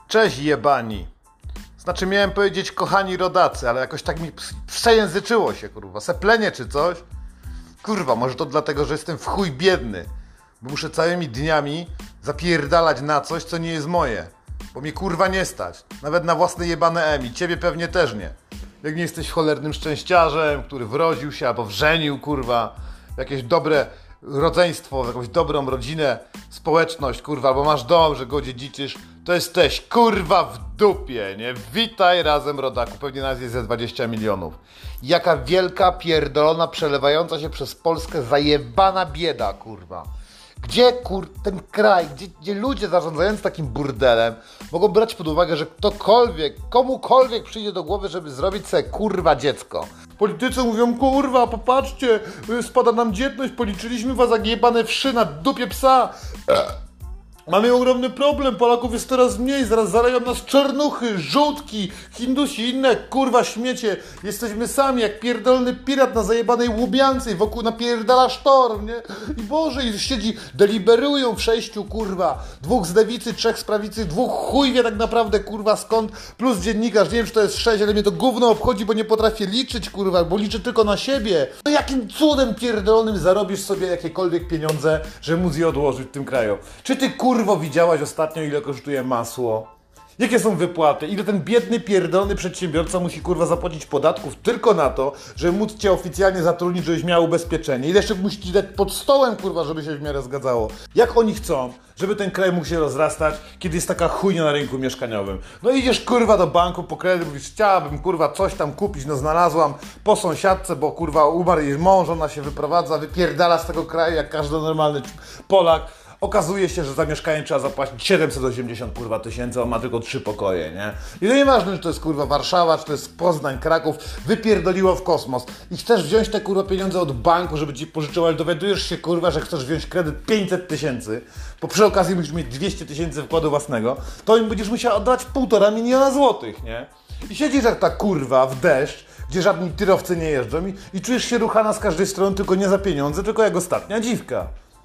Cześć jebani. Znaczy miałem powiedzieć kochani rodacy, ale jakoś tak mi przejęzyczyło się, kurwa. Seplenie czy coś? Kurwa, może to dlatego, że jestem w chuj biedny. Bo muszę całymi dniami zapierdalać na coś, co nie jest moje. Bo mnie kurwa nie stać. Nawet na własne jebane emi. Ciebie pewnie też nie. Jak nie jesteś cholernym szczęściarzem, który wrodził się albo wrzenił, kurwa, w jakieś dobre rodzeństwo, w jakąś dobrą rodzinę, społeczność, kurwa, albo masz dom, że go dziedziczysz, to jesteś, kurwa, w dupie, nie? Witaj razem, rodaku. Pewnie nas jest ze 20 milionów. Jaka wielka, pierdolona, przelewająca się przez Polskę zajebana bieda, kurwa. Gdzie, ten kraj, gdzie ludzie zarządzający takim burdelem mogą brać pod uwagę, że ktokolwiek, komukolwiek przyjdzie do głowy, żeby zrobić sobie, kurwa, dziecko. Politycy mówią, kurwa, popatrzcie, spada nam dzietność, policzyliśmy was jak jebane wszy na dupie psa. Mamy ogromny problem, Polaków jest coraz mniej, zaraz zaleją nas czarnuchy, żółtki, Hindusi, inne kurwa śmiecie. Jesteśmy sami jak pierdolny pirat na zajebanej łubiance i wokół napierdala sztorm, nie? I Boże, i siedzi, deliberują w 6, kurwa, 2 z lewicy, 3 z prawicy, 2 chuj wie tak naprawdę, kurwa, skąd, plus dziennikarz, nie wiem czy to jest 6, ale mnie to gówno obchodzi, bo nie potrafię liczyć, kurwa, bo liczę tylko na siebie. No jakim cudem pierdolonym zarobisz sobie jakiekolwiek pieniądze, żeby móc je odłożyć w tym kraju? Czy ty, kurwo, widziałaś ostatnio, ile kosztuje masło? Jakie są wypłaty? Ile ten biedny, pierdolony przedsiębiorca musi, kurwa, zapłacić podatków tylko na to, żeby móc cię oficjalnie zatrudnić, żebyś miał ubezpieczenie? Ile jeszcze musi ci dać pod stołem, kurwa, żeby się w miarę zgadzało? Jak oni chcą, żeby ten kraj mógł się rozrastać, kiedy jest taka chujnia na rynku mieszkaniowym? No idziesz, kurwa, do banku po kredyt, mówisz, chciałabym, kurwa, coś tam kupić, no znalazłam po sąsiadce, bo, kurwa, umarł jej mąż, ona się wyprowadza, wypierdala z tego kraju, jak każdy normalny Polak. Okazuje się, że za mieszkanie trzeba zapłacić 780 kurwa tysięcy, on ma tylko 3 pokoje, nie? I to nieważne, czy to jest kurwa Warszawa, czy to jest Poznań, Kraków, wypierdoliło w kosmos. I chcesz wziąć te kurwa pieniądze od banku, żeby ci pożyczył, ale dowiadujesz się, kurwa, że chcesz wziąć kredyt 500 tysięcy, bo przy okazji musisz mieć 200 tysięcy wkładu własnego, to im będziesz musiał oddać 1,5 miliona złotych, nie? I siedzisz jak ta kurwa w deszcz, gdzie żadni tirowcy nie jeżdżą i czujesz się ruchana z każdej strony, tylko nie za pieniądze, tylko jak ostatnia dziwka.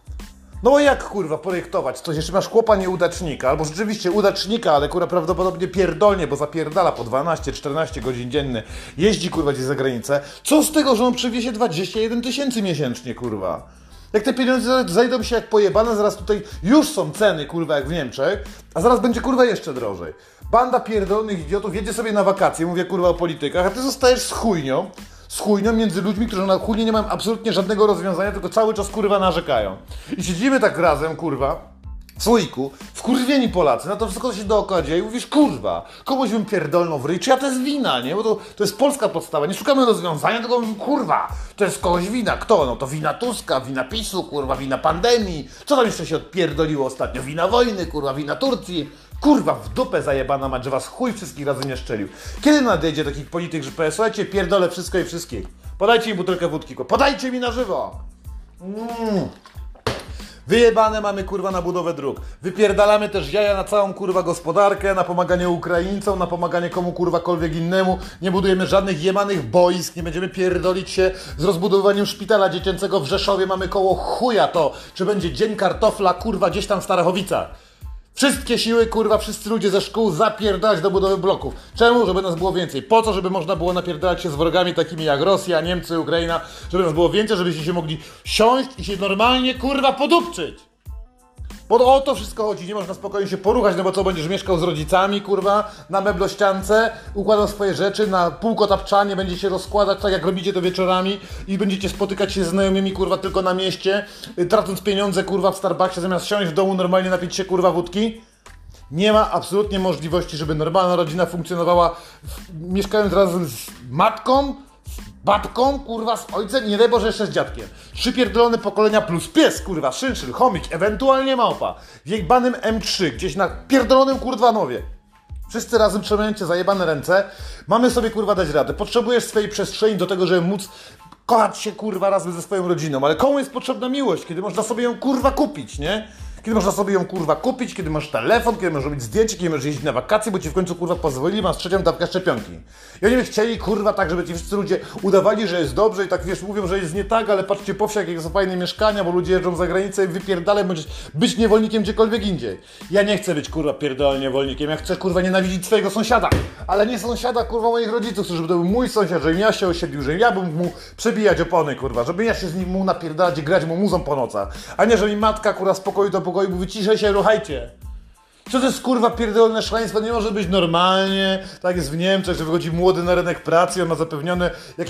No bo jak, kurwa, projektować coś? Jeszcze masz chłopa nieudacznika, albo rzeczywiście udacznika, ale, kurwa, prawdopodobnie pierdolnie, bo zapierdala po 12-14 godzin dziennie, jeździ, kurwa, gdzieś za granicę. Co z tego, że on przywiezie 21 tysięcy miesięcznie, kurwa? Jak te pieniądze zajdą się jak pojebane, zaraz tutaj już są ceny, kurwa, jak w Niemczech, a zaraz będzie, kurwa, jeszcze drożej. Banda pierdolonych idiotów jedzie sobie na wakacje, mówię, kurwa, o politykach, a ty zostajesz z chujnią między ludźmi, którzy na chujnie nie mają absolutnie żadnego rozwiązania, tylko cały czas, kurwa, narzekają. I siedzimy tak razem, kurwa, w słoiku, wkurwieni Polacy, na to wszystko, co się dookoła dzieje i mówisz, kurwa, komuś bym pierdolnął w ryj, czyja to jest wina, nie? Bo to jest polska podstawa, nie szukamy rozwiązania, tylko mówimy, kurwa, to jest kogoś wina. Kto? No to wina Tuska, wina PiS-u, kurwa, wina pandemii. Co tam jeszcze się odpierdoliło ostatnio? Wina wojny, kurwa, wina Turcji. Kurwa, w dupę zajebana mać, że was chuj wszystkich razem nie szczelił. Kiedy nadejdzie takich polityk, że powie, słuchajcie, pierdolę wszystko i wszystkich. Podajcie mi butelkę wódki, podajcie mi na żywo. Wyjebane mamy, kurwa, na budowę dróg. Wypierdalamy też jaja na całą, kurwa, gospodarkę, na pomaganie Ukraińcom, na pomaganie komu, kurwakolwiek innemu. Nie budujemy żadnych jemanych boisk, nie będziemy pierdolić się z rozbudowaniem szpitala dziecięcego w Rzeszowie. Mamy koło chuja to, czy będzie dzień kartofla, kurwa, gdzieś tam w Starachowicach. Wszystkie siły, kurwa, wszyscy ludzie ze szkół zapierdalać do budowy bloków. Czemu? Żeby nas było więcej. Po co? Żeby można było napierdalać się z wrogami takimi jak Rosja, Niemcy, Ukraina. Żeby nas było więcej, żebyście się mogli siąść i się normalnie, kurwa, podupczyć. Bo o to wszystko chodzi. Nie można spokojnie się poruchać, no bo co, będziesz mieszkał z rodzicami, kurwa, na meblościance, układał swoje rzeczy, na półkotapczanie, będzie się rozkładać tak, jak robicie to wieczorami i będziecie spotykać się z znajomymi, kurwa, tylko na mieście, tracąc pieniądze, kurwa, w Starbucksie, zamiast siąść w domu normalnie napić się, kurwa, wódki. Nie ma absolutnie możliwości, żeby normalna rodzina funkcjonowała, mieszkając razem z matką, babką, kurwa, z ojcem i nie daj Boże jeszcze z dziadkiem. 3 pierdolone pokolenia plus pies, kurwa, szynszyl, chomik, ewentualnie małpa. W jebanym M3, gdzieś na pierdolonym Kurdwanowie. Wszyscy razem trzymając zajebane ręce. Mamy sobie, kurwa, dać radę. Potrzebujesz swojej przestrzeni do tego, żeby móc kochać się, kurwa, razem ze swoją rodziną. Ale komu jest potrzebna miłość, kiedy można sobie ją, kurwa, kupić, nie? Kiedy można sobie ją kurwa kupić, kiedy masz telefon, kiedy możesz robić zdjęcie, kiedy możesz jeździć na wakacje, bo ci w końcu kurwa pozwolili, masz trzecią dawkę szczepionki. I oni by chcieli kurwa tak, żeby ci wszyscy ludzie udawali, że jest dobrze i tak wiesz, mówią, że jest nie tak, ale patrzcie po wsiach, jakie są fajne mieszkania, bo ludzie jeżdżą za granicę i wypierdalaj, możesz być niewolnikiem gdziekolwiek indziej. Ja nie chcę być kurwa pierdolnie niewolnikiem, ja chcę kurwa nienawidzić swojego sąsiada, ale nie sąsiada kurwa moich rodziców, żeby to był mój sąsiad, żebym ja się osiedlił, że ja bym mu przebijać opony kurwa, żeby ja się z nim mógł napierdalać i grać mu muzą po nocach, a nie, że mi matka kurwa z pokoju do pokoju mówi ciszej się, ruchajcie. Co to jest kurwa pierdolone szaleństwo? Nie może być normalnie, tak jest w Niemczech, że wychodzi młody na rynek pracy, on ma zapewnione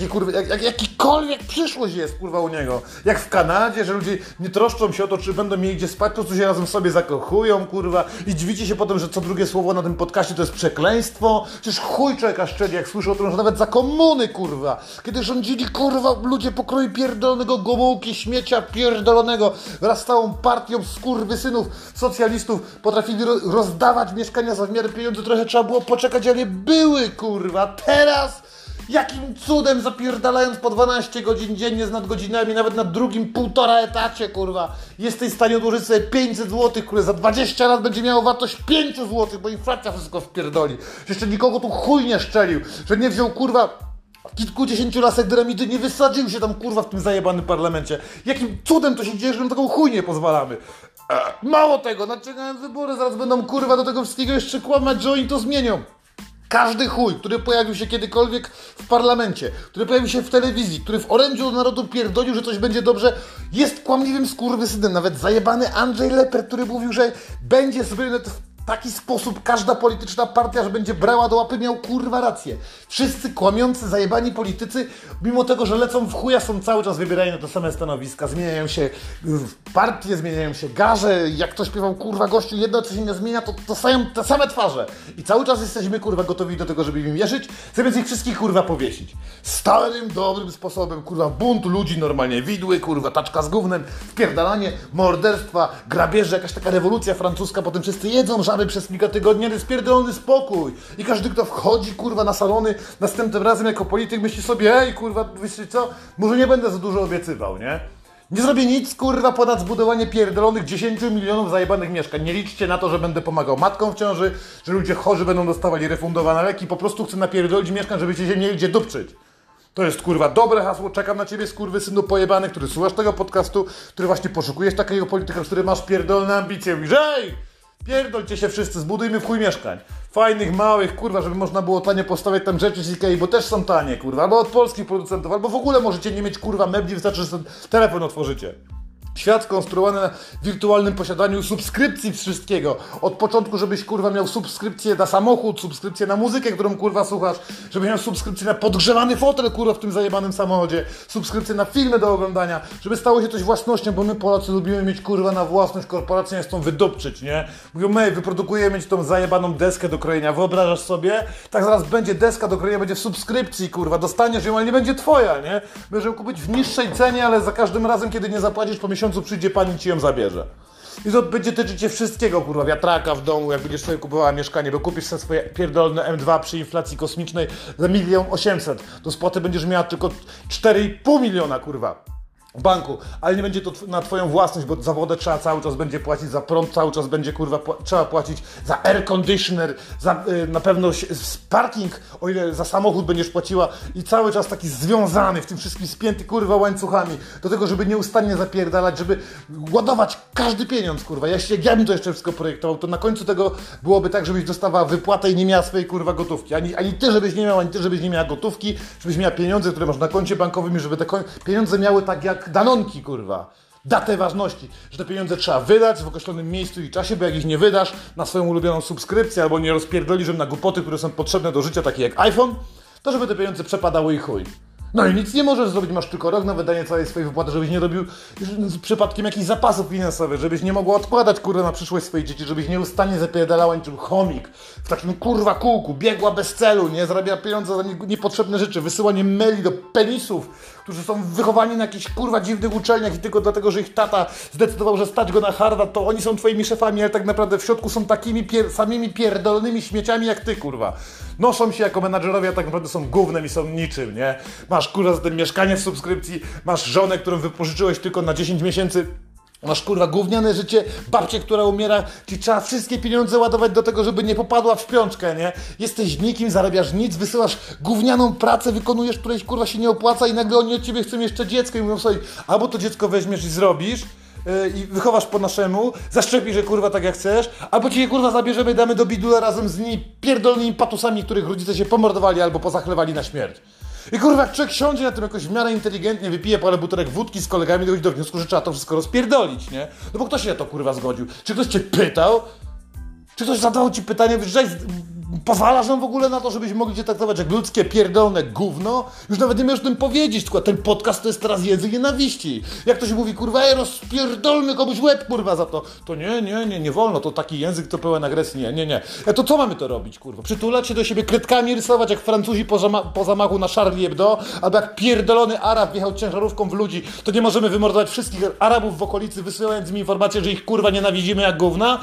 jakikolwiek przyszłość jest kurwa u niego. Jak w Kanadzie, że ludzie nie troszczą się o to, czy będą mieli gdzie spać, po prostu się razem sobie zakochują kurwa i dziwicie się potem, że co drugie słowo na tym podcaście to jest przekleństwo. Przecież chuj człowieka szczeli, jak słyszę o tym, że nawet za komuny kurwa, kiedy rządzili kurwa ludzie pokroju pierdolonego Gomułki, śmiecia pierdolonego wraz z całą partią skurwysynów socjalistów potrafili rozdawać mieszkania za w miarę pieniędzy, trochę trzeba było poczekać, ale były, kurwa. Teraz jakim cudem zapierdalając po 12 godzin dziennie z nadgodzinami, nawet na drugim 1,5 etacie, kurwa, jesteś w stanie odłożyć sobie 500 zł, które za 20 lat będzie miało wartość 5 zł, bo inflacja wszystko wpierdoli. Że jeszcze nikogo tu chuj nie szczelił, że nie wziął, kurwa, kilkudziesięciu lasek dynamitu, nie wysadził się tam kurwa w tym zajebanym parlamencie. Jakim cudem to się dzieje, że nam taką chuj nie pozwalamy? Mało tego, nadciągają wybory, zaraz będą kurwa do tego wszystkiego jeszcze kłamać, że oni to zmienią. Każdy chuj, który pojawił się kiedykolwiek w parlamencie, który pojawił się w telewizji, który w orędziu narodu pierdolił, że coś będzie dobrze, jest kłamliwym skurwysynem. Nawet zajebany Andrzej Leper, który mówił, że będzie zrobione w taki sposób każda polityczna partia, że będzie brała do łapy, miał kurwa rację. Wszyscy kłamiący, zajebani politycy, mimo tego, że lecą w chuja, są cały czas wybierani na te same stanowiska. Zmieniają się partie, zmieniają się garze. Jak to śpiewał kurwa gościu, jedno co się nie zmienia, to są te same twarze. I cały czas jesteśmy kurwa gotowi do tego, żeby im wierzyć, zamiast ich wszystkich kurwa powiesić. Starym, dobrym sposobem, kurwa, bunt ludzi normalnie, widły, kurwa, taczka z gównem, wpierdalanie, morderstwa, grabieże, jakaś taka rewolucja francuska, potem wszyscy jedzą żaby przez kilka tygodni, ale spierdolony spokój. I każdy, kto wchodzi, kurwa, na salony, następnym razem jako polityk myśli sobie, ej, kurwa, wiecie co, może nie będę za dużo obiecywał, nie? Nie zrobię nic, kurwa, ponad zbudowanie pierdolonych 10 milionów zajebanych mieszkań. Nie liczcie na to, że będę pomagał matkom w ciąży, że ludzie chorzy będą dostawali refundowane leki. Po prostu chcę napierdolić mieszkań, żebyście się mieli gdzie dupczyć. To jest, kurwa, dobre hasło. Czekam na ciebie, skurwysynu pojebany, który słuchasz tego podcastu, który właśnie poszukujesz takiego polityka, który masz pierdolne ambicje. Mówisz, ej, pierdolcie się wszyscy, zbudujmy w chuj mieszkań. Fajnych, małych, kurwa, żeby można było tanie postawiać tam rzeczy z Ikei, bo też są tanie, kurwa, albo od polskich producentów, albo w ogóle możecie nie mieć, kurwa, mebli, wystarczy, że telefon otworzycie. Świat skonstruowany na wirtualnym posiadaniu subskrypcji wszystkiego. Od początku, żebyś kurwa miał subskrypcję na samochód, subskrypcję na muzykę, którą kurwa słuchasz, żebyś miał subskrypcję na podgrzewany fotel kurwa w tym zajebanym samochodzie, subskrypcję na filmy do oglądania, żeby stało się coś własnością, bo my Polacy lubimy mieć kurwa na własność, korporacje chcą wydobczyć, nie? Mówią, my wyprodukujemy ci tą zajebaną deskę do krojenia, wyobrażasz sobie? Tak zaraz będzie deska do krojenia, będzie w subskrypcji kurwa, dostaniesz ją, ale nie będzie twoja, nie? Będziesz ją kupić w niższej cenie, ale za każdym razem, kiedy nie zapłacisz po miesiącu, przyjdzie pani ci ją zabierze. I to będzie tyczyć cię wszystkiego, kurwa, wiatraka w domu, jak będziesz sobie kupowała mieszkanie, bo kupisz sobie swoje pierdolne M2 przy inflacji kosmicznej za 1 800 000. Do spłaty będziesz miała tylko 4,5 miliona, kurwa, w banku, ale nie będzie to na twoją własność, bo za wodę trzeba cały czas będzie płacić, za prąd cały czas będzie, kurwa, trzeba płacić, za air conditioner, za na pewno parking, o ile za samochód będziesz płaciła i cały czas taki związany, w tym wszystkim spięty, kurwa, łańcuchami, do tego, żeby nieustannie zapierdalać, żeby ładować każdy pieniądz, kurwa. Jak ja bym to jeszcze wszystko projektował, to na końcu tego byłoby tak, żebyś dostawała wypłatę i nie miała swojej, kurwa, gotówki. Ani ty, żebyś nie miał, ani ty, żebyś nie miała gotówki, żebyś miała pieniądze, które masz na koncie bankowym i żeby te pieniądze miały tak jak danonki, kurwa, datę ważności, że te pieniądze trzeba wydać w określonym miejscu i czasie, bo jak ich nie wydasz na swoją ulubioną subskrypcję albo nie rozpierdolisz na głupoty, które są potrzebne do życia, takie jak iPhone, to żeby te pieniądze przepadały i chuj. No i nic nie możesz zrobić, masz tylko rok na wydanie całej swojej wypłaty, żebyś nie robił przypadkiem jakichś zapasów finansowych, żebyś nie mogła odkładać, kurwa, na przyszłość swoich dzieci, żebyś nieustannie zapierdalała niczym chomik w takim, kurwa, kółku, biegła bez celu, nie, zarabia pieniądze za niepotrzebne rzeczy, wysyłanie maili do penisów, którzy są wychowani na jakichś, kurwa, dziwnych uczelniach i tylko dlatego, że ich tata zdecydował, że stać go na Harvard, to oni są twoimi szefami, ale tak naprawdę w środku są takimi samymi pierdolonymi śmieciami jak ty, kurwa. Noszą się jako menadżerowie, a tak naprawdę są gównem i są niczym, nie? Masz, kurwa, za tym mieszkanie w subskrypcji, masz żonę, którą wypożyczyłeś tylko na 10 miesięcy Masz kurwa gówniane życie, babcię, która umiera, ci trzeba wszystkie pieniądze ładować do tego, żeby nie popadła w śpiączkę, nie? Jesteś nikim, zarabiasz nic, wysyłasz gównianą pracę, wykonujesz, której kurwa się nie opłaca i nagle oni od ciebie chcą jeszcze dziecko i mówią sobie, albo to dziecko weźmiesz i zrobisz, i wychowasz po naszemu, zaszczepisz je kurwa tak jak chcesz, albo ci je kurwa zabierzemy, damy do bidula razem z nimi pierdolnymi patusami, których rodzice się pomordowali albo pozachlewali na śmierć. I kurwa, jak człowiek siądzie na tym jakoś w miarę inteligentnie, wypije parę butelek wódki z kolegami, dochodzi do wniosku, że trzeba to wszystko rozpierdolić, nie? No bo kto się na to kurwa zgodził? Czy ktoś cię pytał? Czy ktoś zadał ci pytanie, że pozwalasz nam w ogóle na to, żebyśmy mogli cię traktować jak ludzkie pierdolne gówno? Już nawet nie możesz o tym powiedzieć, tylko ten podcast to jest teraz język nienawiści. Jak to się mówi, kurwa, rozpierdolmy komuś łeb, kurwa, za to. To nie wolno, to taki język to pełen agresji, nie. A to co mamy to robić, kurwa? Przytulać się do siebie kredkami, rysować jak Francuzi po zamachu na Charlie Hebdo, albo jak pierdolony Arab wjechał ciężarówką w ludzi, to nie możemy wymordować wszystkich Arabów w okolicy, wysyłając im informację, że ich kurwa nienawidzimy jak gówna?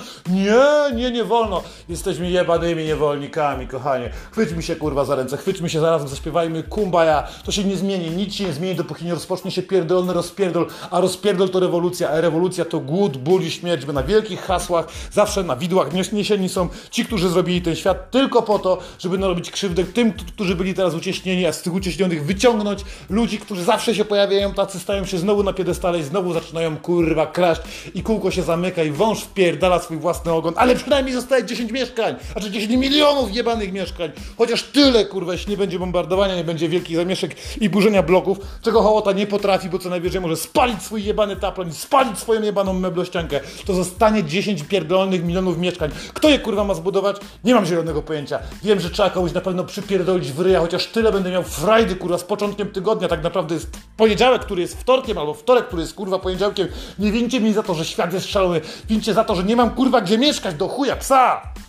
Nie wolno. Jesteśmy jebanymi niewolnikami, kochanie. Chwyćmy się kurwa za ręce, chwyćmy się zarazem, zaśpiewajmy Kumbaya. To się nie zmieni, nic się nie zmieni, dopóki nie rozpocznie się pierdolny rozpierdol, a rozpierdol to rewolucja, a rewolucja to głód, ból i śmierć, by na wielkich hasłach, zawsze na widłach niesieni są ci, którzy zrobili ten świat tylko po to, żeby narobić krzywdę tym, którzy byli teraz ucieśnieni, a z tych ucieśnionych wyciągnąć ludzi, którzy zawsze się pojawiają, tacy stają się znowu na piedestale i znowu zaczynają kurwa kraść i kółko się zamyka i wąż wpierdala swój własny ogon, ale przynajmniej zostaje 10 mieszkań, a czy 10 milionów jebanych mieszkań, chociaż tyle kurwa, jeśli nie będzie bombardowania, nie będzie wielkich zamieszek i burzenia bloków, czego Hołota nie potrafi, bo co najwyżej może spalić swój jebany taplon i spalić swoją jebaną meblościankę, to zostanie 10 pierdolonych milionów mieszkań. Kto je kurwa ma zbudować? Nie mam zielonego pojęcia. Wiem, że trzeba komuś na pewno przypierdolić w ryja, chociaż tyle będę miał frajdy kurwa z początkiem tygodnia, tak naprawdę jest poniedziałek, który jest wtorkiem, albo wtorek, który jest kurwa poniedziałkiem. Nie wincie mi za to, że świat jest szalony, wincie za to, że nie mam kurwa gdzie mieszkać, do chuja psa!